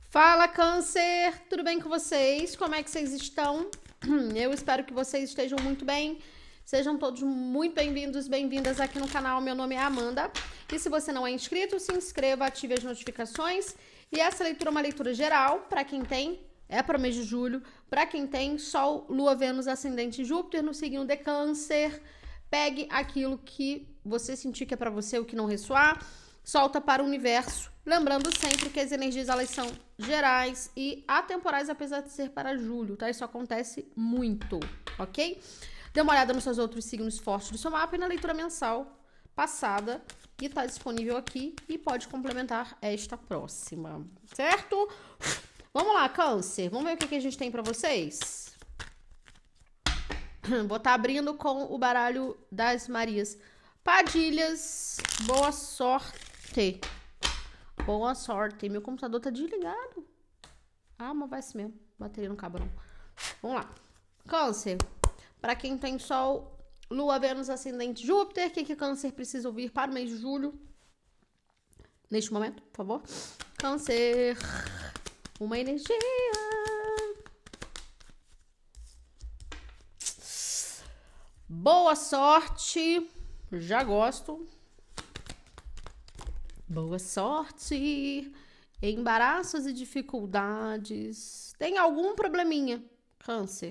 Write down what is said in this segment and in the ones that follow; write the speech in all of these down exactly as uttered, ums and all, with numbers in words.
Fala, Câncer! Tudo bem com vocês? Como é que vocês estão? Eu espero que vocês estejam muito bem. Sejam todos muito bem-vindos, bem-vindas aqui no canal. Meu nome é Amanda. E se você não é inscrito, se inscreva, ative as notificações. E essa leitura é uma leitura geral, para quem tem, é para o mês de julho, para quem tem Sol, Lua, Vênus, Ascendente Júpiter no signo de Câncer. Pegue aquilo que você sentir que é para você, o que não ressoar, solta para o universo. Lembrando sempre que as energias, elas são gerais e atemporais, apesar de ser para julho, tá? Isso acontece muito, ok? Dê uma olhada nos seus outros signos fortes do seu mapa e na leitura mensal passada, que tá disponível aqui e pode complementar esta próxima, certo? Vamos lá, Câncer. Vamos ver o que, que a gente tem para vocês? Vou estar abrindo com o baralho das Marias Padilhas. Boa sorte. Boa sorte. Meu computador tá desligado. Ah, mas vai assim mesmo. Bateria no cabrão. Vamos lá. Câncer. Para quem tem Sol, Lua, Vênus, Ascendente, Júpiter. O que, que Câncer precisa ouvir para o mês de julho? Neste momento, por favor. Câncer. Uma energia. Boa sorte. Já gosto. Boa sorte. Embaraços e dificuldades. Tem algum probleminha, Câncer?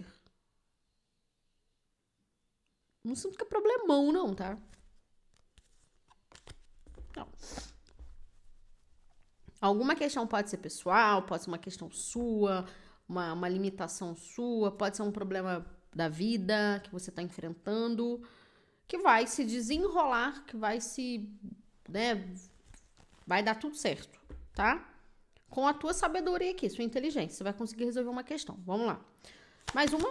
Não sinto que é problemão, não, tá? Não. Alguma questão pode ser pessoal, pode ser uma questão sua, uma, uma limitação sua, pode ser um problema da vida que você está enfrentando, que vai se desenrolar, que vai se, né, vai dar tudo certo, tá? Com a tua sabedoria aqui, sua inteligência, você vai conseguir resolver uma questão. Vamos lá. Mais uma.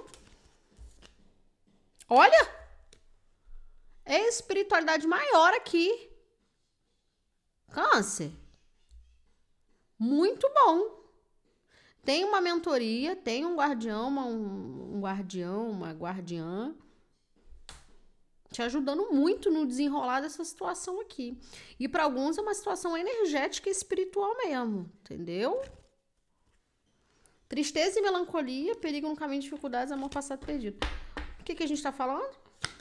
Olha! É espiritualidade maior aqui. Câncer. Muito bom. Tem uma mentoria, tem um guardião, uma, um, um guardião, uma guardiã te ajudando muito no desenrolar dessa situação aqui. E para alguns é uma situação energética e espiritual mesmo, entendeu? Tristeza e melancolia, perigo no caminho de dificuldades, amor passado perdido. O que, que a gente tá falando?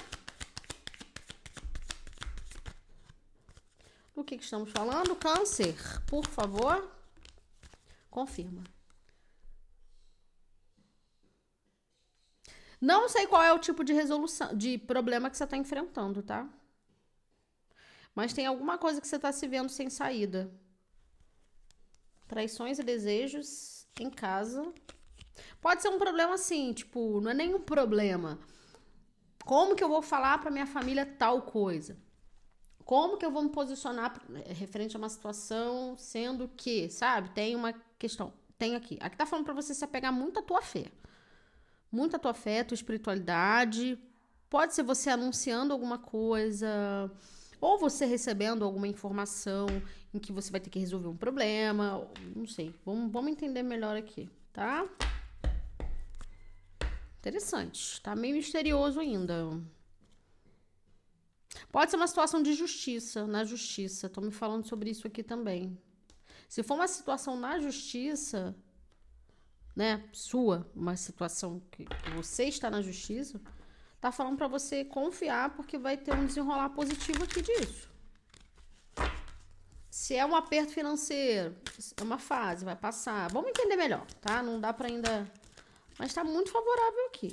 Do que, que estamos falando? Câncer, por favor, confirma. Não sei qual é o tipo de resolução, de problema que você está enfrentando, tá? Mas tem alguma coisa que você está se vendo sem saída. Traições e desejos em casa. Pode ser um problema assim, tipo, não é nenhum problema. Como que eu vou falar para minha família tal coisa? Como que eu vou me posicionar referente a uma situação, sendo que, sabe, tem uma questão, tem aqui. Aqui tá falando para você se apegar muito à tua fé. Muito à tua fé, à tua espiritualidade. Pode ser você anunciando alguma coisa, ou você recebendo alguma informação em que você vai ter que resolver um problema. Não sei, vamos, vamos entender melhor aqui, tá? Interessante, tá meio misterioso ainda. Pode ser uma situação de justiça, na justiça. Tô me falando sobre isso aqui também. Se for uma situação na justiça, né, sua, uma situação que, que você está na justiça, tá falando para você confiar, porque vai ter um desenrolar positivo aqui disso. Se é um aperto financeiro, é uma fase, vai passar. Vamos entender melhor, tá? Não dá para ainda... Mas tá muito favorável aqui.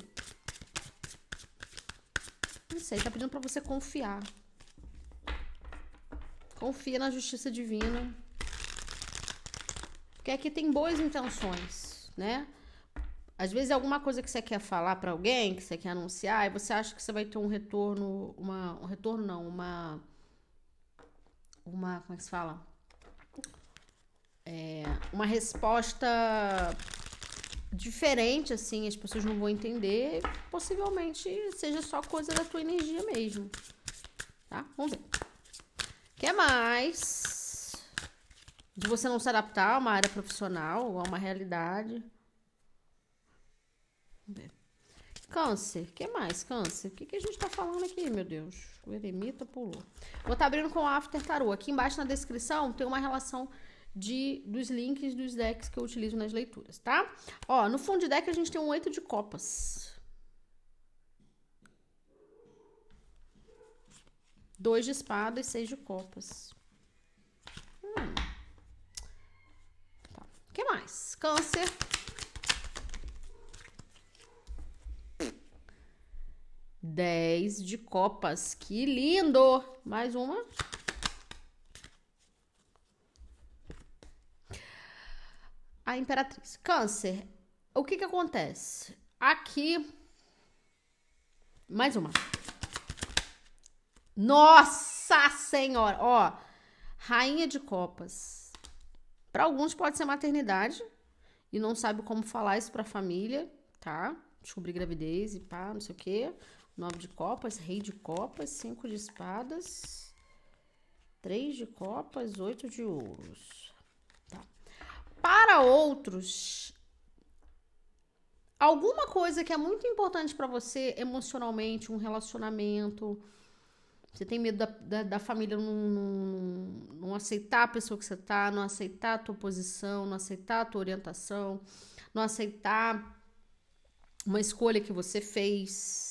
Não sei, tá pedindo pra você confiar. Confia na justiça divina. Porque aqui tem boas intenções, né? Às vezes é alguma coisa que você quer falar pra alguém, que você quer anunciar, e você acha que você vai ter um retorno, uma, um retorno não, uma, uma, como é que se fala? É, uma resposta diferente, assim, as pessoas não vão entender, possivelmente seja só coisa da tua energia mesmo, tá? Vamos ver. O que mais? De você não se adaptar a uma área profissional, a uma realidade. Vamos ver. Câncer, o que mais, Câncer? O que, que a gente tá falando aqui, meu Deus? O eremita pulou. Vou estar abrindo com o After Tarot. Aqui embaixo na descrição tem uma relação de, dos links dos decks que eu utilizo nas leituras, tá? Ó, no fundo de deck a gente tem um oito de copas. Dois de espadas, seis de copas. Hum. Tá. O que mais? Câncer. Dez de copas. Que lindo! Mais uma. A Imperatriz. Câncer. O que que acontece? Aqui. Mais uma. Nossa Senhora! Ó. Rainha de copas. Para alguns pode ser maternidade. E não sabe como falar isso pra família. Tá? Descobrir gravidez e pá, não sei o quê. Nove de copas. Rei de copas. Cinco de espadas. Três de copas. Oito de ouros. Para outros, alguma coisa que é muito importante para você emocionalmente, um relacionamento, você tem medo da, da, da família não, não, não aceitar a pessoa que você tá, não aceitar a tua posição, não aceitar a tua orientação, não aceitar uma escolha que você fez.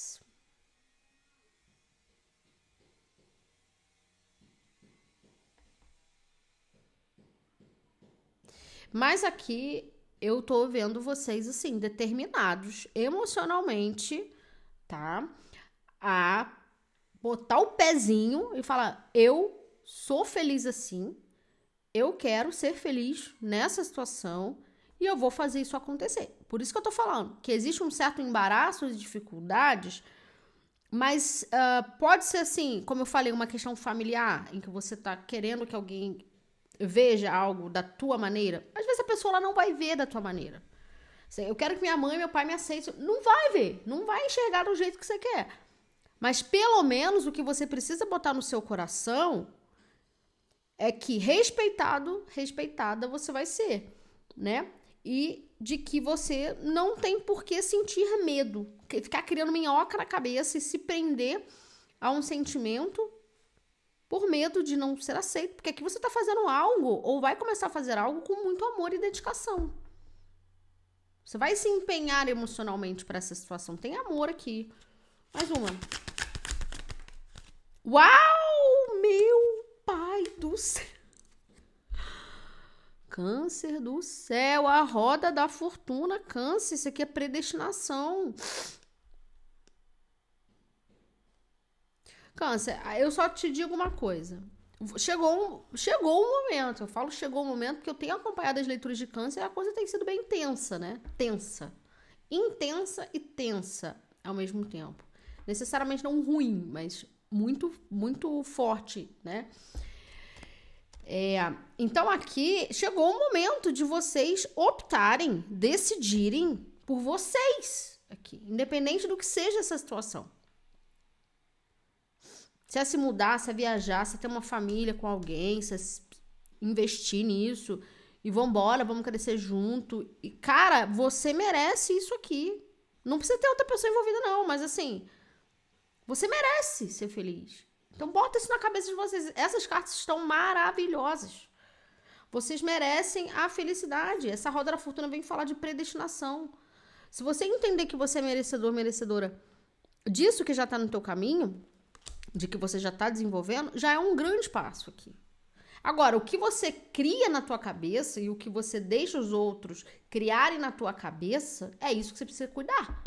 Mas aqui eu tô vendo vocês, assim, determinados emocionalmente, tá? A botar o pezinho e falar, eu sou feliz assim, eu quero ser feliz nessa situação e eu vou fazer isso acontecer. Por isso que eu tô falando que existe um certo embaraço e dificuldades, mas uh, pode ser assim, como eu falei, uma questão familiar, em que você tá querendo que alguém veja algo da tua maneira. Às vezes a pessoa ela não vai ver da tua maneira. Eu quero que minha mãe e meu pai me aceitem. Não vai ver. Não vai enxergar do jeito que você quer. Mas pelo menos o que você precisa botar no seu coração é que respeitado, respeitada você vai ser, né? E de que você não tem por que sentir medo. Ficar criando minhoca na cabeça e se prender a um sentimento por medo de não ser aceito. Porque aqui você está fazendo algo, ou vai começar a fazer algo com muito amor e dedicação. Você vai se empenhar emocionalmente para essa situação. Tem amor aqui. Mais uma. Uau! Meu pai do céu. Câncer do céu. A roda da fortuna. Câncer. Isso aqui é predestinação. Câncer, eu só te digo uma coisa. Chegou um, chegou um momento. Eu falo chegou um momento porque eu tenho acompanhado as leituras de câncer e a coisa tem sido bem tensa, né? Tensa. Intensa e tensa ao mesmo tempo. Necessariamente não ruim, mas muito, muito forte, né? É, então aqui chegou o momento de vocês optarem, decidirem por vocês aqui, independente do que seja essa situação. Se é se mudar, se é viajar, se é ter uma família com alguém, se é investir nisso e vambora, vamos crescer junto. E, cara, você merece isso aqui. Não precisa ter outra pessoa envolvida, não, mas assim, você merece ser feliz. Então bota isso na cabeça de vocês. Essas cartas estão maravilhosas. Vocês merecem a felicidade. Essa roda da fortuna vem falar de predestinação. Se você entender que você é merecedor, merecedora disso que já tá no teu caminho, de que você já está desenvolvendo, já é um grande passo aqui. Agora, o que você cria na tua cabeça e o que você deixa os outros criarem na tua cabeça, é isso que você precisa cuidar.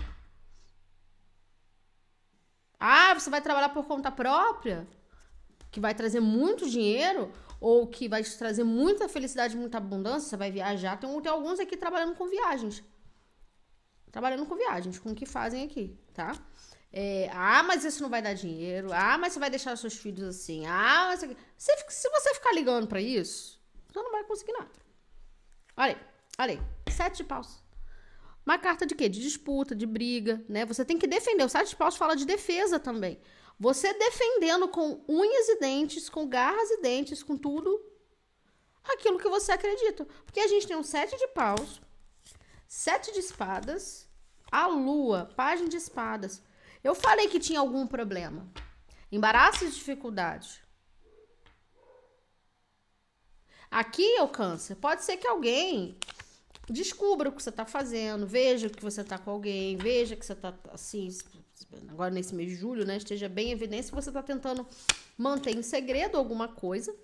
Ah, você vai trabalhar por conta própria, que vai trazer muito dinheiro, ou que vai te trazer muita felicidade, muita abundância, você vai viajar. Tem, tem alguns aqui trabalhando com viagens. Trabalhando com viagens, com o que fazem aqui, tá? É, ah, mas isso não vai dar dinheiro. Ah, mas você vai deixar os seus filhos assim. Ah, mas... Se, se você ficar ligando pra isso, você não vai conseguir nada. Olha aí, olha aí. Sete de paus. Uma carta de quê? De disputa, de briga, né? Você tem que defender. O sete de paus fala de defesa também. Você defendendo com unhas e dentes, com garras e dentes, com tudo, aquilo que você acredita. Porque a gente tem um sete de paus, sete de espadas, a lua, página de espadas. Eu falei que tinha algum problema. Embaraço e dificuldade. Aqui, o câncer, pode ser que alguém descubra o que você tá fazendo, veja que você tá com alguém, veja que você tá assim, agora nesse mês de julho, né, esteja bem em evidência que você tá tentando manter em segredo alguma coisa,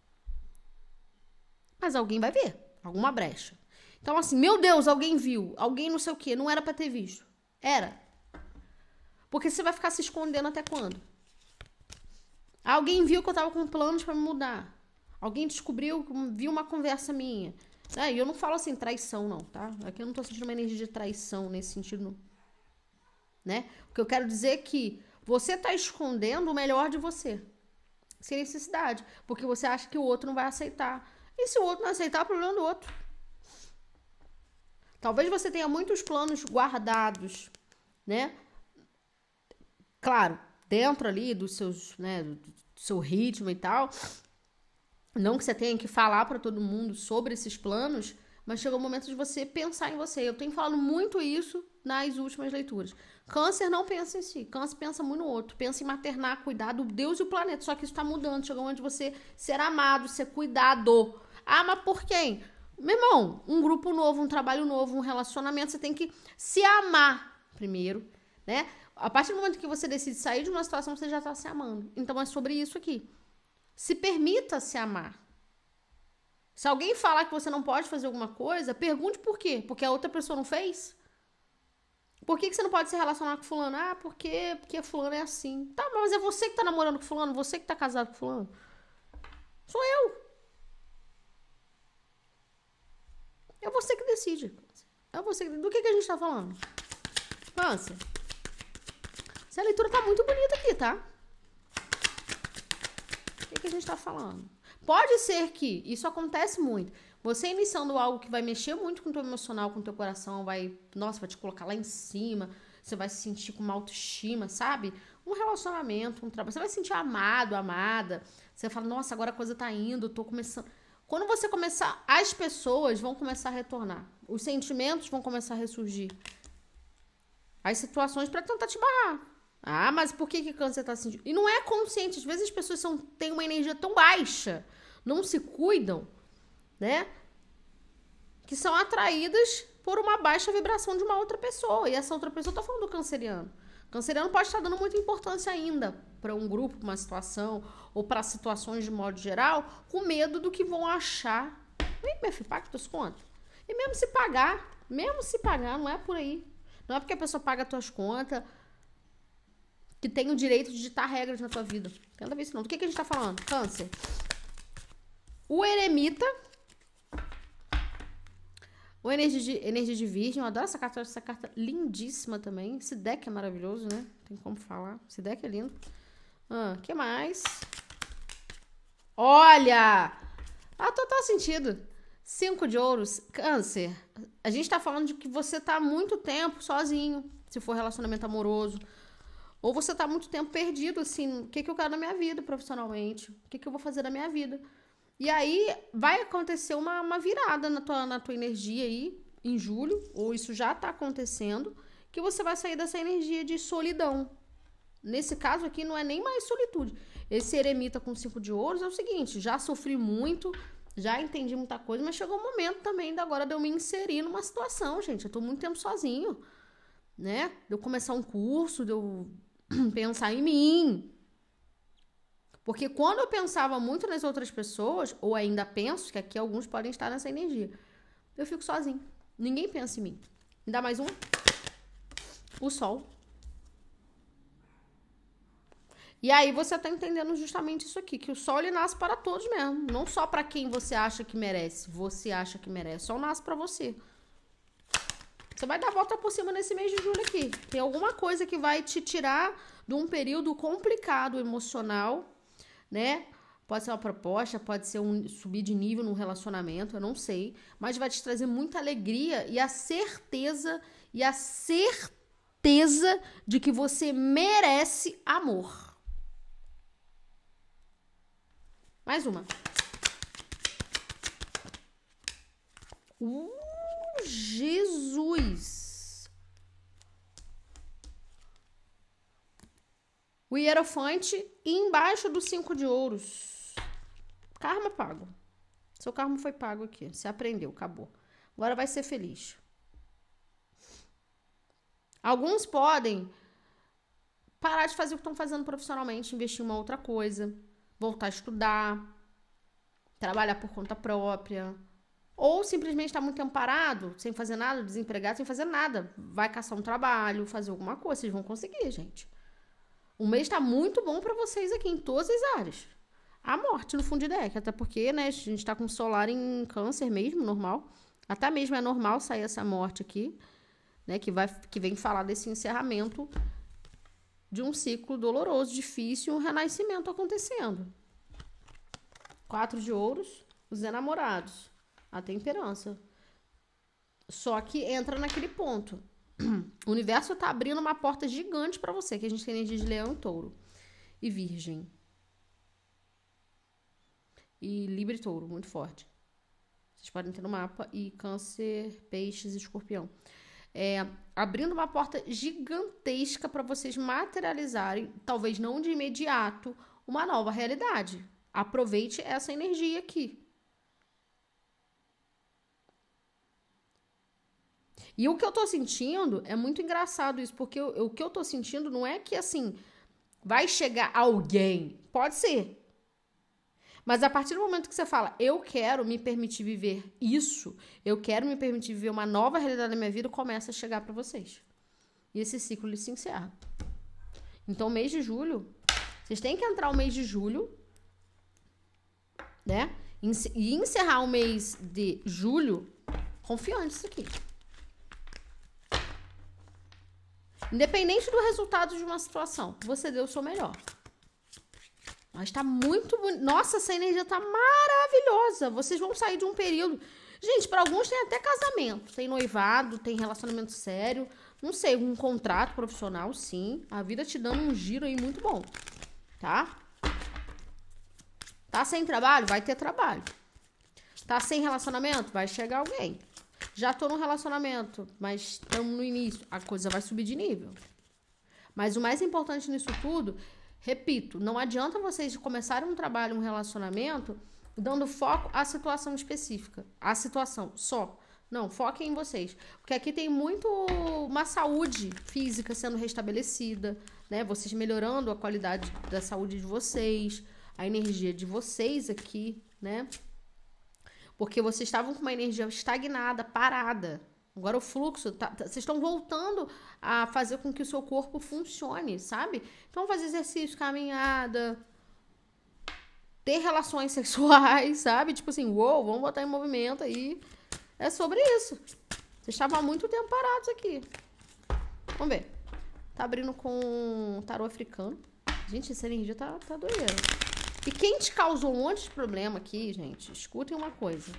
mas alguém vai ver, alguma brecha. Então, assim, meu Deus, alguém viu, alguém não sei o quê, não era pra ter visto. Era. Porque você vai ficar se escondendo até quando? Alguém viu que eu tava com planos pra me mudar. Alguém descobriu, viu uma conversa minha. É, e eu não falo assim, traição, não, tá? Aqui eu não tô sentindo uma energia de traição nesse sentido, não. Né? O que eu quero dizer é que você tá escondendo o melhor de você. Sem necessidade. Porque você acha que o outro não vai aceitar. E se o outro não aceitar, é o problema do outro. Talvez você tenha muitos planos guardados, né? Claro, dentro ali dos seus, né, do seu ritmo e tal. Não que você tenha que falar para todo mundo sobre esses planos, mas chegou o momento de você pensar em você. Eu tenho falado muito isso nas últimas leituras. Câncer não pensa em si, câncer pensa muito no outro, pensa em maternar, cuidar do Deus e o planeta. Só que isso tá mudando, chegou o momento de você ser amado, ser cuidado. Ah, mas por quem? Meu irmão, um grupo novo, um trabalho novo, um relacionamento, você tem que se amar primeiro, né? A partir do momento que você decide sair de uma situação, você já tá se amando. Então é sobre isso aqui. Se permita se amar. Se alguém falar que você não pode fazer alguma coisa, pergunte por quê. Porque a outra pessoa não fez? Por que, que você não pode se relacionar com fulano? Ah, porque, porque fulano é assim. Tá, mas é você que tá namorando com fulano? Você que tá casado com fulano? Sou eu. É você que decide. É você que... Do que, que a gente tá falando? Câncer. Essa leitura tá muito bonita aqui, tá? O que, que a gente tá falando? Pode ser que, isso acontece muito, você iniciando algo que vai mexer muito com o teu emocional, com o teu coração, vai, nossa, vai te colocar lá em cima, você vai se sentir com uma autoestima, sabe? Um relacionamento, um trabalho, você vai se sentir amado, amada, você vai falar, nossa, agora a coisa tá indo, eu tô começando... Quando você começar, as pessoas vão começar a retornar, os sentimentos vão começar a ressurgir, as situações pra tentar te barrar. Ah, mas por que que câncer tá sentindo? E não é consciente. Às vezes as pessoas são, têm uma energia tão baixa, não se cuidam, né? Que são atraídas por uma baixa vibração de uma outra pessoa. E essa outra pessoa tá falando do canceriano. O canceriano pode estar dando muita importância ainda para um grupo, para uma situação, ou para situações de modo geral, com medo do que vão achar. Vem, meu filho, paga tuas contas. E mesmo se pagar, mesmo se pagar, não é por aí. Não é porque a pessoa paga tuas contas que tem o direito de ditar regras na tua vida. Não tem nada a ver isso não. Do que, que a gente tá falando? Câncer. O eremita. O energia de, energia de virgem. Eu adoro essa carta. Essa carta lindíssima também. Esse deck é maravilhoso, né? Tem como falar. Esse deck é lindo. Ah, que mais? Olha! Ah, total sentido. Cinco de ouros. Câncer. A gente tá falando de que você tá há muito tempo sozinho. Se for relacionamento amoroso. Ou você tá muito tempo perdido, assim, o que, que eu quero na minha vida profissionalmente? O que, que eu vou fazer na minha vida? E aí vai acontecer uma, uma virada na tua, na tua energia aí, em julho, ou isso já tá acontecendo, que você vai sair dessa energia de solidão. Nesse caso aqui não é nem mais solitude. Esse eremita com cinco de ouros é o seguinte, já sofri muito, já entendi muita coisa, mas chegou o momento também de agora de eu me inserir numa situação, gente. Eu tô muito tempo sozinho, né? De eu começar um curso, de eu pensar em mim. Porque quando eu pensava muito nas outras pessoas, ou ainda penso, que aqui alguns podem estar nessa energia, eu fico sozinho. Ninguém pensa em mim. Me dá mais um. O sol. E aí você tá entendendo justamente isso aqui, que o sol ele nasce para todos mesmo. Não só para quem você acha que merece. Você acha que merece. O sol nasce para você. Você vai dar a volta por cima nesse mês de julho aqui. Tem alguma coisa que vai te tirar de um período complicado emocional, né? Pode ser uma proposta, pode ser um subir de nível num relacionamento, eu não sei. Mas vai te trazer muita alegria e a certeza, e a certeza de que você merece amor. Mais uma. Uh! Jesus! O hierofante e embaixo do cinco de ouros. Karma pago. Seu karma foi pago aqui. Você aprendeu, acabou. Agora vai ser feliz. Alguns podem parar de fazer o que estão fazendo profissionalmente, investir em uma outra coisa, voltar a estudar, trabalhar por conta própria, ou simplesmente estar muito tempo parado, sem fazer nada, desempregado, sem fazer nada. Vai caçar um trabalho, fazer alguma coisa. Vocês vão conseguir, gente. O mês está muito bom para vocês aqui, em todas as áreas. A morte no fundo de deck, até porque, né, a gente está com solar em câncer mesmo, normal. Até mesmo é normal sair essa morte aqui, né, que, vai, que vem falar desse encerramento de um ciclo doloroso, difícil, um renascimento acontecendo. Quatro de ouros, os enamorados, a temperança. Só que entra naquele ponto. O universo tá abrindo uma porta gigante para você, que a gente tem energia de leão e touro. E virgem. E Libra e touro, muito forte. Vocês podem ter no mapa. E câncer, peixes e escorpião. É, abrindo uma porta gigantesca para vocês materializarem, talvez não de imediato, uma nova realidade. Aproveite essa energia aqui. E o que eu tô sentindo é muito engraçado isso, porque eu, o que eu tô sentindo não é que, assim, vai chegar alguém. Pode ser. Mas a partir do momento que você fala, eu quero me permitir viver isso, eu quero me permitir viver uma nova realidade na minha vida, começa a chegar para vocês. E esse ciclo ele se encerra. Então, mês de julho, vocês têm que entrar o mês de julho, né? E encerrar o mês de julho confiantes aqui. Independente do resultado de uma situação, você deu o seu melhor. Mas tá muito bonito. Nossa, essa energia tá maravilhosa. Vocês vão sair de um período... Gente, para alguns tem até casamento. Tem noivado, tem relacionamento sério. Não sei, um contrato profissional, sim. A vida te dando um giro aí muito bom. Tá? Tá sem trabalho? Vai ter trabalho. Tá sem relacionamento? Vai chegar alguém. Já tô no relacionamento, mas estamos no início. A coisa vai subir de nível. Mas o mais importante nisso tudo... Repito, não adianta vocês começarem um trabalho, um relacionamento, dando foco à situação específica. À situação só. Não, foquem em vocês. Porque aqui tem muito uma saúde física sendo restabelecida, né? Vocês melhorando a qualidade da saúde de vocês, a energia de vocês aqui, né? Porque vocês estavam com uma energia estagnada, parada. Agora o fluxo, tá, tá, vocês estão voltando a fazer com que o seu corpo funcione, sabe? Então fazer exercício, caminhada, ter relações sexuais, sabe? Tipo assim, uou, vamos botar em movimento aí. É sobre isso. Vocês estavam há muito tempo parados aqui. Vamos ver. Tá abrindo com tarô africano. Gente, essa energia tá, tá doideira. E quem te causou um monte de problema aqui, gente, escutem uma coisa.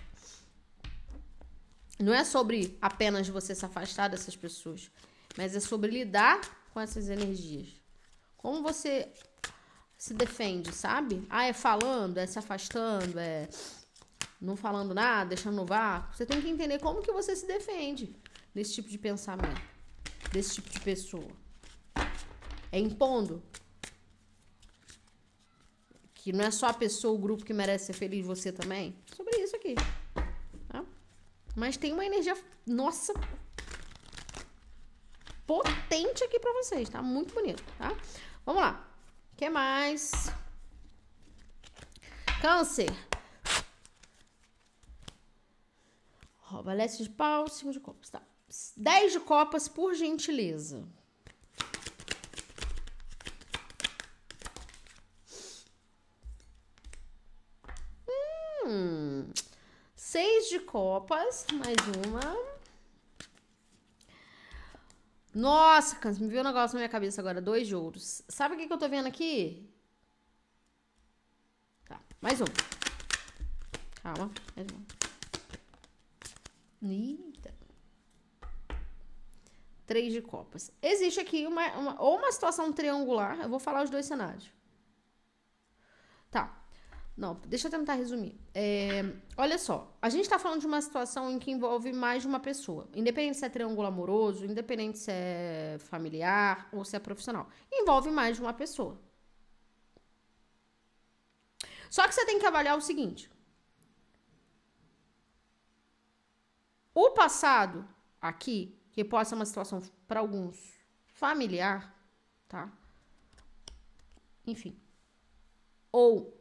Não é sobre apenas você se afastar dessas pessoas, mas é sobre lidar com essas energias. Como você se defende, sabe? Ah, é falando, é se afastando, é não falando nada, deixando no vácuo. Você tem que entender como que você se defende desse tipo de pensamento, desse tipo de pessoa. É impondo. Que não é só a pessoa, o grupo que merece ser feliz, você também. Sobre isso aqui. Tá? Mas tem uma energia, nossa, potente aqui pra vocês, tá? Muito bonito, tá? Vamos lá. O que mais? Câncer. Ó, valete de pau, cinco de copas, tá? dez de copas, por gentileza. Hum... Seis de copas, mais uma. Nossa, Câncer, me viu um negócio na minha cabeça agora. Dois de ouros. Sabe o que, que eu tô vendo aqui? Tá, mais um. Calma, mais um. Eita. Três de copas. Existe aqui uma, uma, ou uma situação triangular. Eu vou falar os dois cenários. Tá. Não, deixa eu tentar resumir. É, olha só, a gente tá falando de uma situação em que envolve mais de uma pessoa. Independente se é triângulo amoroso, independente se é familiar ou se é profissional. Envolve mais de uma pessoa. Só que você tem que avaliar o seguinte. O passado, aqui, que pode ser uma situação, para alguns, familiar, tá? Enfim. Ou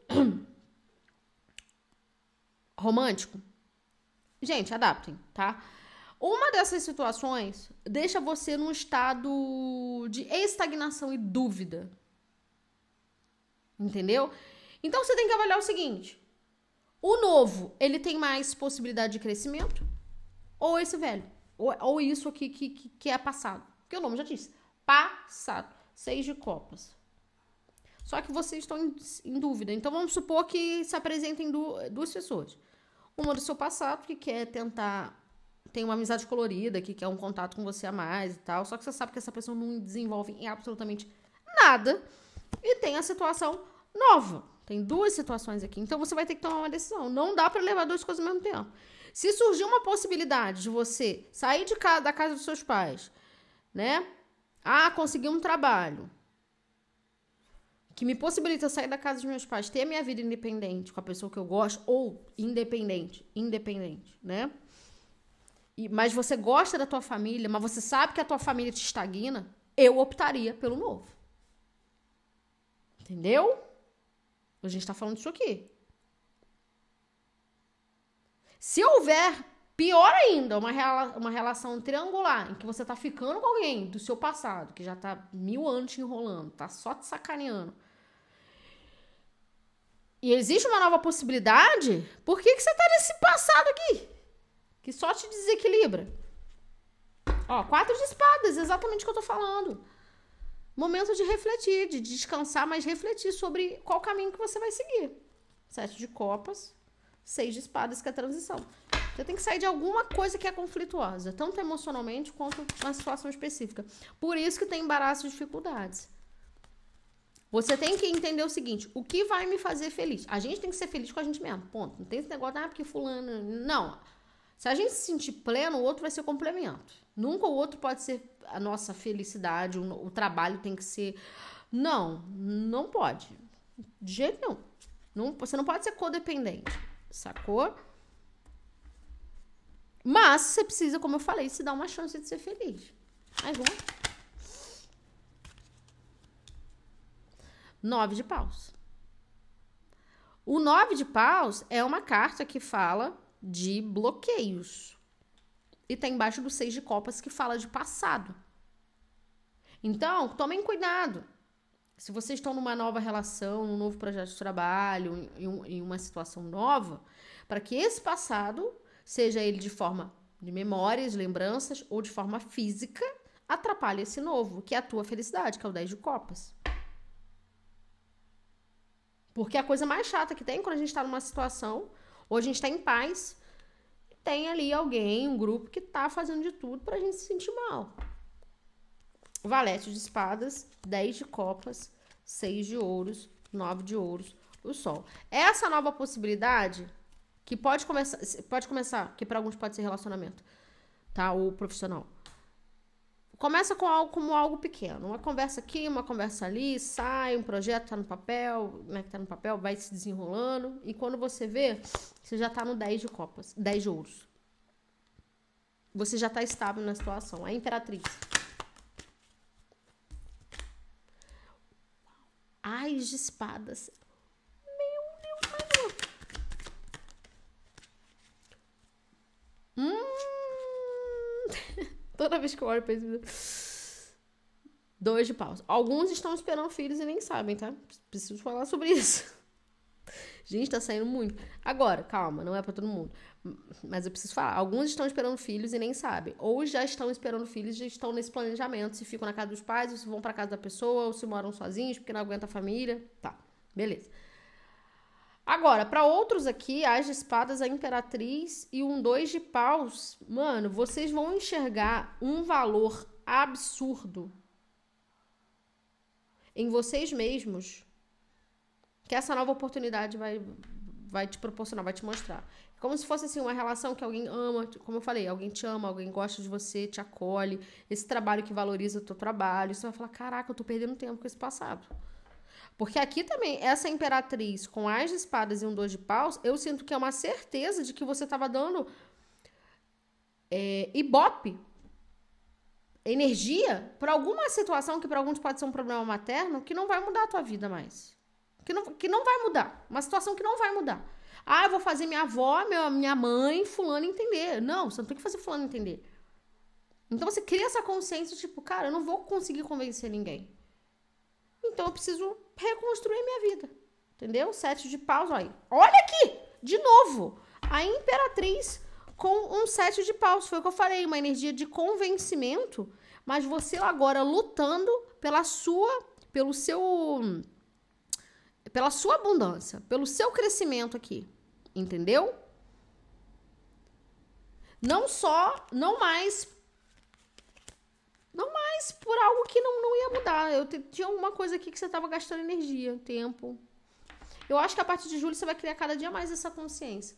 romântico. Gente, adaptem, tá? Uma dessas situações deixa você num estado de estagnação e dúvida. Entendeu? Então, você tem que avaliar o seguinte. O novo, ele tem mais possibilidade de crescimento? Ou esse velho? Ou, ou isso aqui que, que, que é passado? Porque o nome já disse. Passado. Seis de copas. Só que vocês estão em, em dúvida. Então, vamos supor que se apresentem du- duas pessoas. Uma do seu passado, que quer tentar... Tem uma amizade colorida, que quer um contato com você a mais e tal. Só que você sabe que essa pessoa não desenvolve em absolutamente nada. E tem a situação nova. Tem duas situações aqui. Então, você vai ter que tomar uma decisão. Não dá pra levar duas coisas ao mesmo tempo. Se surgir uma possibilidade de você sair de casa, da casa dos seus pais, né? Ah, conseguir um trabalho que me possibilita sair da casa dos meus pais, ter a minha vida independente com a pessoa que eu gosto, ou independente, independente, né? E, mas você gosta da tua família, mas você sabe que a tua família te estagna, eu optaria pelo novo. Entendeu? A gente tá falando disso aqui. Se houver, pior ainda, uma, rela- uma relação triangular, em que você tá ficando com alguém do seu passado, que já tá mil anos te enrolando, tá só te sacaneando, e existe uma nova possibilidade, por que, que você tá nesse passado aqui? Que só te desequilibra. Ó, quatro de espadas, exatamente o que eu tô falando. Momento de refletir, de descansar, mas refletir sobre qual caminho que você vai seguir. Sete de copas, seis de espadas, que é a transição. Você tem que sair de alguma coisa que é conflituosa, tanto emocionalmente quanto uma situação específica. Por isso que tem embaraço e dificuldades. Você tem que entender o seguinte, o que vai me fazer feliz? A gente tem que ser feliz com a gente mesmo, ponto. Não tem esse negócio, ah, porque fulano... Não. Se a gente se sentir pleno, o outro vai ser complemento. Nunca o outro pode ser a nossa felicidade, o, o trabalho tem que ser... Não, não pode. De jeito nenhum. Não, você não pode ser codependente, sacou? Mas você precisa, como eu falei, se dar uma chance de ser feliz. Mais uma. Nove de paus. O nove de paus é uma carta que fala de bloqueios. E tá embaixo do seis de copas que fala de passado. Então, tomem cuidado. Se vocês estão numa nova relação, num novo projeto de trabalho, em, um, em uma situação nova, para que esse passado, seja ele de forma de memórias, lembranças ou de forma física, atrapalhe esse novo, que é a tua felicidade, que é o dez de copas. Porque a coisa mais chata que tem quando a gente tá numa situação, ou a gente tá em paz, tem ali alguém, um grupo que tá fazendo de tudo pra gente se sentir mal. Valete de espadas, dez de copas, seis de ouros, nove de ouros, o sol. Essa nova possibilidade, que pode começar, pode começar, que para alguns pode ser relacionamento, tá? Ou profissional. Começa com algo como algo pequeno. Uma conversa aqui, uma conversa ali, sai, um projeto tá no papel, né, que tá no papel, vai se desenrolando. E quando você vê, você já tá no dez de copas, dez de ouros. Você já tá estável na situação. A imperatriz. Ais de espadas. Meu Deus, meu Deus. Hum... Toda vez que eu olho, eu penso... Dois de paus. Alguns estão esperando filhos e nem sabem, tá? Preciso falar sobre isso. Gente, tá saindo muito. Agora, calma, não é pra todo mundo. Mas eu preciso falar. Alguns estão esperando filhos e nem sabem. Ou já estão esperando filhos e já estão nesse planejamento. Se ficam na casa dos pais, ou se vão pra casa da pessoa, ou se moram sozinhos porque não aguenta a família. Tá, beleza. Agora, para outros aqui, as de espadas, a imperatriz e um dois de paus, mano, vocês vão enxergar um valor absurdo em vocês mesmos que essa nova oportunidade vai, vai te proporcionar, vai te mostrar. Como se fosse assim, uma relação que alguém ama, como eu falei, alguém te ama, alguém gosta de você, te acolhe, esse trabalho que valoriza o teu trabalho, você vai falar, caraca, eu tô perdendo tempo com esse passado. Porque aqui também, essa imperatriz com as de espadas e um dois de paus, eu sinto que é uma certeza de que você estava dando É, Ibope, energia, para alguma situação que para alguns pode ser um problema materno, que não vai mudar a tua vida mais. Que não, que não vai mudar. Uma situação que não vai mudar. Ah, eu vou fazer minha avó, minha, minha mãe, fulano entender. Não, você não tem que fazer fulano entender. Então você cria essa consciência, tipo, cara, eu não vou conseguir convencer ninguém. Então eu preciso reconstruir minha vida. Entendeu? Sete de paus, olha. Olha aqui! De novo! A Imperatriz com um sete de paus. Foi o que eu falei, uma energia de convencimento, mas você agora lutando pela sua, pelo seu, pela sua abundância, pelo seu crescimento aqui. Entendeu? Não só, não mais, não mais por algo que não, não ia mudar. Eu te, tinha alguma coisa aqui que você estava gastando energia, tempo. Eu acho que a partir de julho você vai criar cada dia mais essa consciência.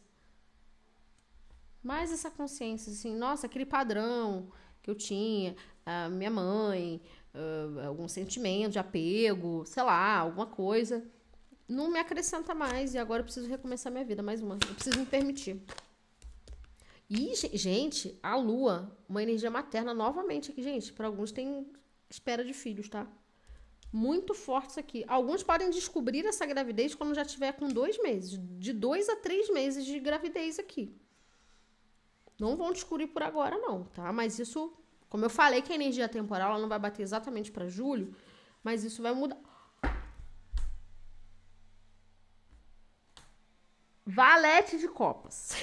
Mais essa consciência, assim, nossa, aquele padrão que eu tinha, a minha mãe, uh, algum sentimento de apego, sei lá, alguma coisa, não me acrescenta mais e agora eu preciso recomeçar minha vida, mais uma. Eu preciso me permitir. E, gente, a lua, uma energia materna novamente aqui, gente, para alguns tem espera de filhos, tá? Muito fortes aqui. Alguns podem descobrir essa gravidez quando já tiver com dois meses, de dois a três meses de gravidez aqui. Não vão descobrir por agora, não, tá? Mas isso, como eu falei que a energia temporal ela não vai bater exatamente para julho, mas isso vai mudar. Valete de copas.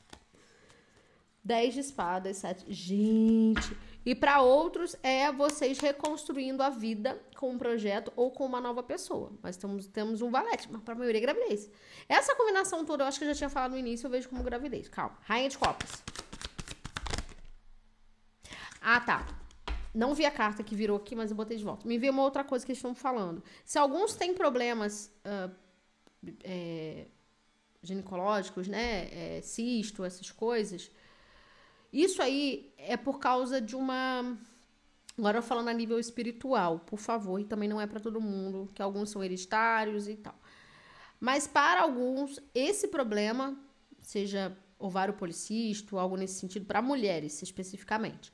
dez de espadas, sete. Gente. E para outros é vocês reconstruindo a vida com um projeto ou com uma nova pessoa. Mas temos, temos um valete, mas para a maioria é gravidez. Essa combinação toda, eu acho que eu já tinha falado no início, eu vejo como gravidez. Calma. Rainha de copas. Ah, tá. Não vi a carta que virou aqui, mas eu botei de volta. Me veio uma outra coisa que eles estão falando. Se alguns têm problemas uh, é, ginecológicos, né? É, cisto, essas coisas. Isso aí é por causa de uma... Agora eu falando a nível espiritual, por favor. E também não é para todo mundo, que alguns são hereditários e tal. Mas para alguns, esse problema, seja ovário policisto, algo nesse sentido, para mulheres especificamente,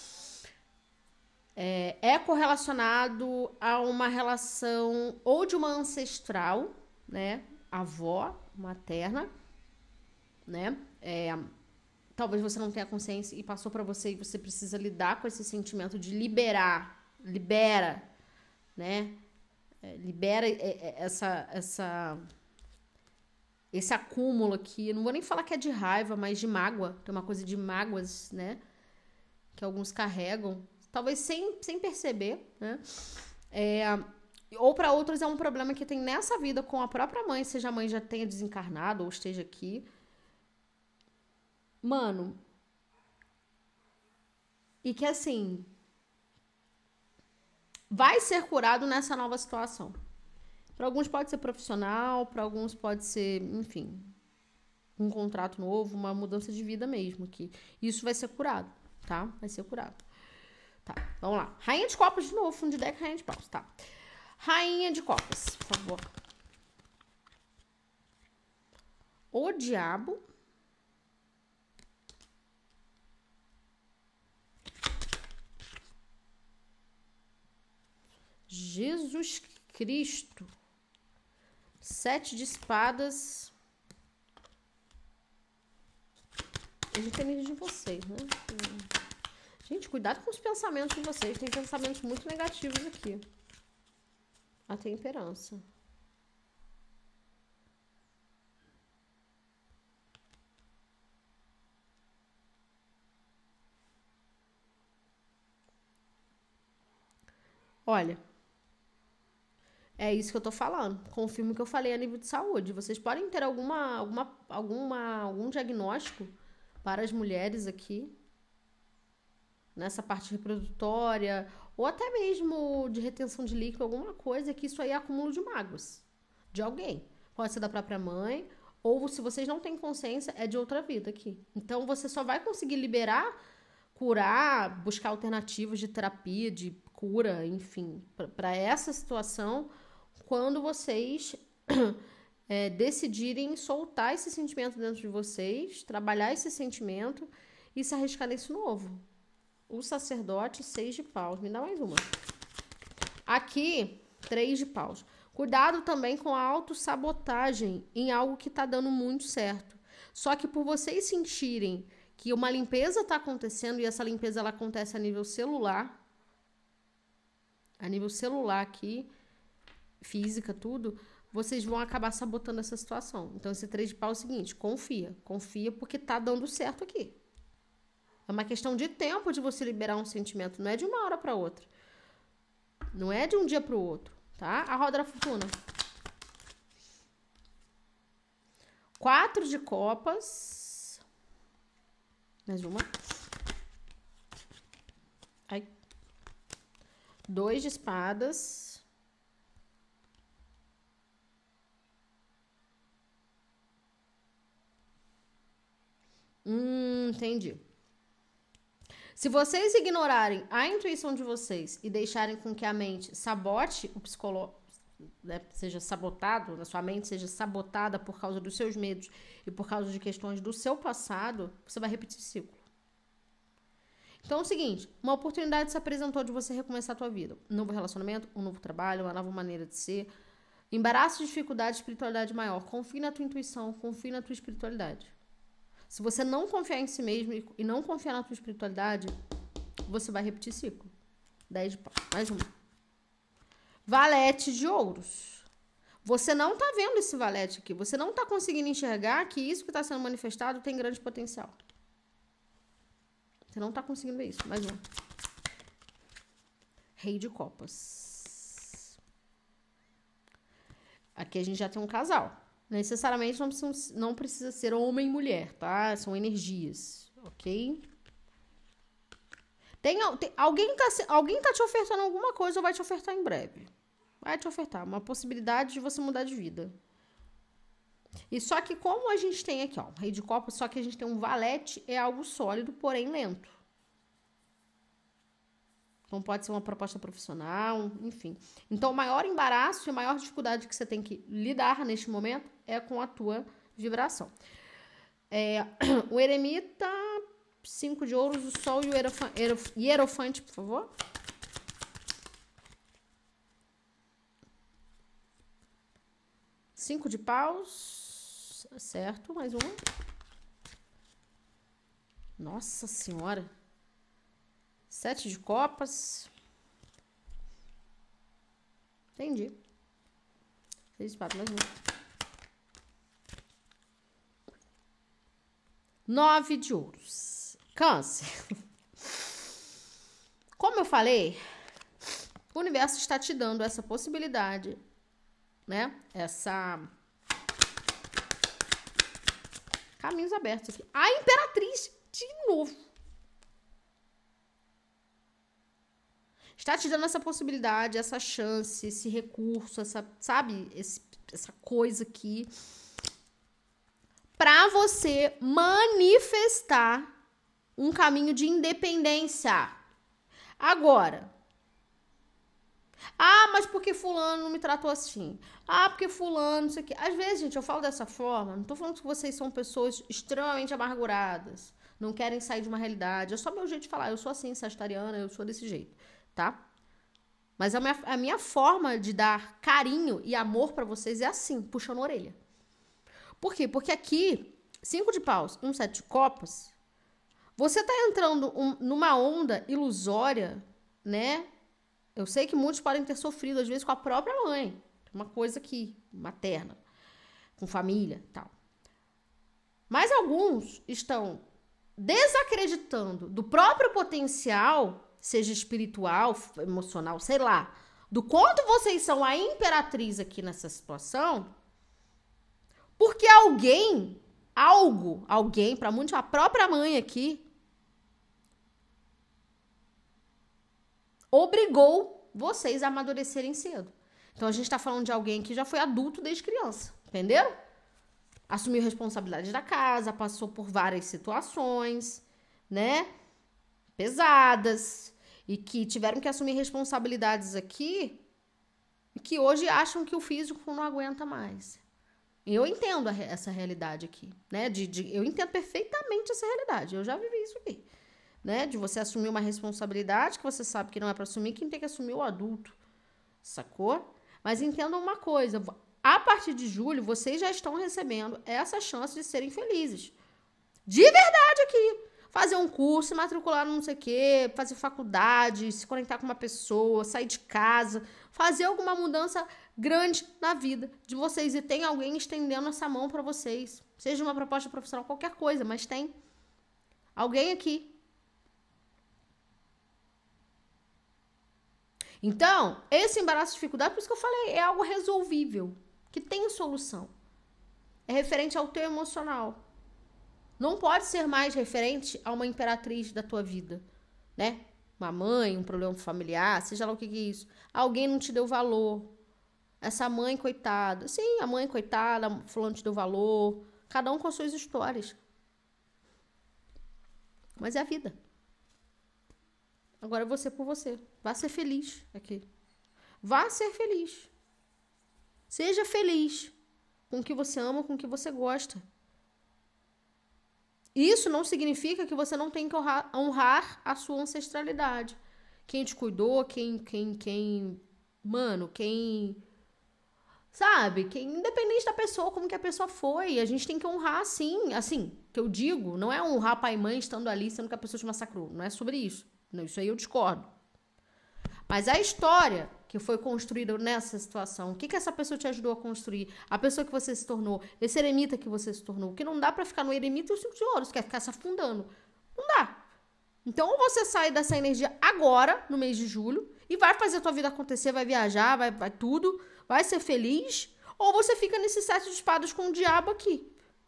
É, é correlacionado a uma relação ou de uma ancestral, né, avó materna, né, é, talvez você não tenha consciência e passou para você e você precisa lidar com esse sentimento de liberar, libera, né, é, libera essa, essa, esse acúmulo aqui, não vou nem falar que é de raiva, mas de mágoa, tem uma coisa de mágoas, né, que alguns carregam, talvez sem, sem perceber, né? É, ou para outros é um problema que tem nessa vida com a própria mãe, seja a mãe já tenha desencarnado ou esteja aqui. Mano, e que assim, vai ser curado nessa nova situação. Para alguns pode ser profissional, para alguns pode ser, enfim, um contrato novo, uma mudança de vida mesmo aqui. Isso vai ser curado, tá? Vai ser curado. Tá, vamos lá. Rainha de copas de novo, fundo de deck, rainha de paus, tá. Rainha de copas, por favor. O diabo. Jesus Cristo. Sete de espadas. Hoje tem energia de vocês, né? Gente, cuidado com os pensamentos de vocês. Tem pensamentos muito negativos aqui. A temperança. Olha. É isso que eu tô falando. Confirmo o que eu falei a nível de saúde. Vocês podem ter alguma, alguma, alguma, algum diagnóstico para as mulheres aqui. Nessa parte reprodutória, ou até mesmo de retenção de líquido, alguma coisa, que isso aí é acúmulo de mágoas de alguém. Pode ser da própria mãe, ou se vocês não têm consciência, é de outra vida aqui. Então você só vai conseguir liberar, curar, buscar alternativas de terapia, de cura, enfim, para essa situação, quando vocês é, decidirem soltar esse sentimento dentro de vocês, trabalhar esse sentimento e se arriscar nesse novo. O sacerdote, seis de paus. Me dá mais uma. Aqui, três de paus. Cuidado também com a autossabotagem em algo que tá dando muito certo. Só que por vocês sentirem que uma limpeza tá acontecendo, e essa limpeza ela acontece a nível celular, a nível celular aqui, física, tudo, vocês vão acabar sabotando essa situação. Então, esse três de pau é o seguinte, confia. Confia porque tá dando certo aqui. É uma questão de tempo de você liberar um sentimento, não é de uma hora para outra. Não é de um dia para o outro, tá? A roda da fortuna. Quatro de copas. Mais uma. Ai. Dois de espadas. Hum, entendi. Se vocês ignorarem a intuição de vocês e deixarem com que a mente sabote o psicológico, né, seja sabotado, a sua mente seja sabotada por causa dos seus medos e por causa de questões do seu passado, você vai repetir o ciclo. Então é o seguinte, uma oportunidade se apresentou de você recomeçar a tua vida. Um novo relacionamento, um novo trabalho, uma nova maneira de ser. Embaraço, dificuldade, espiritualidade maior. Confie na tua intuição, confie na tua espiritualidade. Se você não confiar em si mesmo e não confiar na tua espiritualidade, você vai repetir ciclo. dez de pau. Mais uma. Valete de ouros. Você não tá vendo esse valete aqui. Você não tá conseguindo enxergar que isso que está sendo manifestado tem grande potencial. Você não tá conseguindo ver isso. Mais uma. Rei de copas. Aqui a gente já tem um casal. Necessariamente não precisa, não precisa ser homem e mulher, tá? São energias, ok? Tem, tem, alguém, tá, alguém tá te ofertando alguma coisa ou vai te ofertar em breve. Vai te ofertar uma possibilidade de você mudar de vida. E só que como a gente tem aqui, ó, rei de copas, só que a gente tem um valete, é algo sólido, porém lento. Então pode ser uma proposta profissional, enfim. Então o maior embaraço e a maior dificuldade que você tem que lidar neste momento é com a tua vibração. É, o eremita, cinco de ouros, o sol e o hierofante, por favor. Cinco de paus, certo, mais um. Nossa senhora. Sete de copas. Entendi. Seis de espadas, mais um. Nove de ouros. Câncer. Como eu falei, o universo está te dando essa possibilidade, né? Essa... Caminhos abertos aqui. A Imperatriz, de novo. Está te dando essa possibilidade, essa chance, esse recurso, essa, sabe, esse, essa coisa aqui, para você manifestar um caminho de independência. Agora, ah, mas porque fulano não me tratou assim? Ah, porque fulano, não sei o quê. Às vezes, gente, eu falo dessa forma, não tô falando que vocês são pessoas extremamente amarguradas, não querem sair de uma realidade. É só meu jeito de falar, eu sou assim, sagitariana, eu sou desse jeito. Tá? Mas a minha, a minha forma de dar carinho e amor pra vocês é assim, puxando a orelha. Por quê? Porque aqui, cinco de paus, um sete de copas, você tá entrando um, numa onda ilusória, né? Eu sei que muitos podem ter sofrido, às vezes, com a própria mãe. Uma coisa aqui, materna, com família e tal. Mas alguns estão desacreditando do próprio potencial, seja espiritual, emocional, sei lá, do quanto vocês são a imperatriz aqui nessa situação, porque alguém, algo, alguém, para muitos, a própria mãe aqui, obrigou vocês a amadurecerem cedo. Então a gente tá falando de alguém que já foi adulto desde criança, entenderam? Assumiu responsabilidade da casa, passou por várias situações, né? Pesadas, e que tiveram que assumir responsabilidades aqui e que hoje acham que o físico não aguenta mais. Eu entendo a, essa realidade aqui, né? De, de, eu entendo perfeitamente essa realidade. Eu já vivi isso aqui, né? De você assumir uma responsabilidade que você sabe que não é para assumir, quem tem que assumir é o adulto, sacou? Mas entendam uma coisa, a partir de julho, vocês já estão recebendo essa chance de serem felizes. De verdade aqui. Fazer um curso, se matricular no não sei o quê, fazer faculdade, se conectar com uma pessoa, sair de casa, fazer alguma mudança grande na vida de vocês. E tem alguém estendendo essa mão para vocês. Seja uma proposta profissional, qualquer coisa, mas tem alguém aqui. Então, esse embaraço e dificuldade, por isso que eu falei, é algo resolvível, que tem solução. É referente ao teu emocional. Não pode ser mais referente a uma imperatriz da tua vida, né? Uma mãe, um problema familiar, seja lá o que é isso. Alguém não te deu valor. Essa mãe, coitada. Sim, a mãe, coitada, fulano te deu valor. Cada um com as suas histórias. Mas é a vida. Agora é você por você. Vá ser feliz aqui. Vá ser feliz. Seja feliz com o que você ama, com o que você gosta. Isso não significa que você não tem que honrar, honrar a sua ancestralidade. Quem te cuidou, quem, quem, quem, mano, quem, sabe? Quem, independente da pessoa, como que a pessoa foi, a gente tem que honrar sim, assim, que eu digo, não é honrar pai e mãe estando ali, sendo que a pessoa te massacrou, não é sobre isso. Não, isso aí eu discordo. Mas a história que foi construída nessa situação, o que que essa pessoa te ajudou a construir? A pessoa que você se tornou, esse eremita que você se tornou, que não dá pra ficar no eremita e o cinco de ouro, você quer ficar se afundando. Não dá. Então, ou você sai dessa energia agora, no mês de julho, e vai fazer a tua vida acontecer, vai viajar, vai, vai tudo, vai ser feliz, ou você fica nesse sete de espadas com o diabo aqui.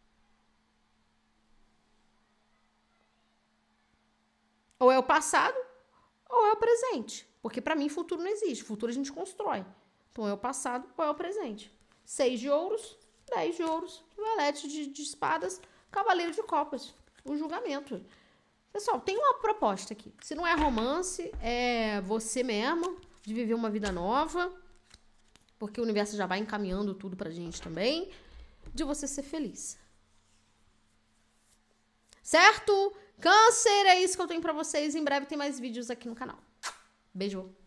Ou é o passado, ou é o presente. Porque pra mim futuro não existe. Futuro a gente constrói. Então é o passado ou é o presente. Seis de ouros, dez de ouros, valete de, de espadas, cavaleiro de copas. O julgamento. Pessoal, tem uma proposta aqui. Se não é romance, é você mesmo, de viver uma vida nova. Porque o universo já vai encaminhando tudo pra gente também. De você ser feliz. Certo? Câncer, é isso que eu tenho pra vocês. Em breve tem mais vídeos aqui no canal. Beijo!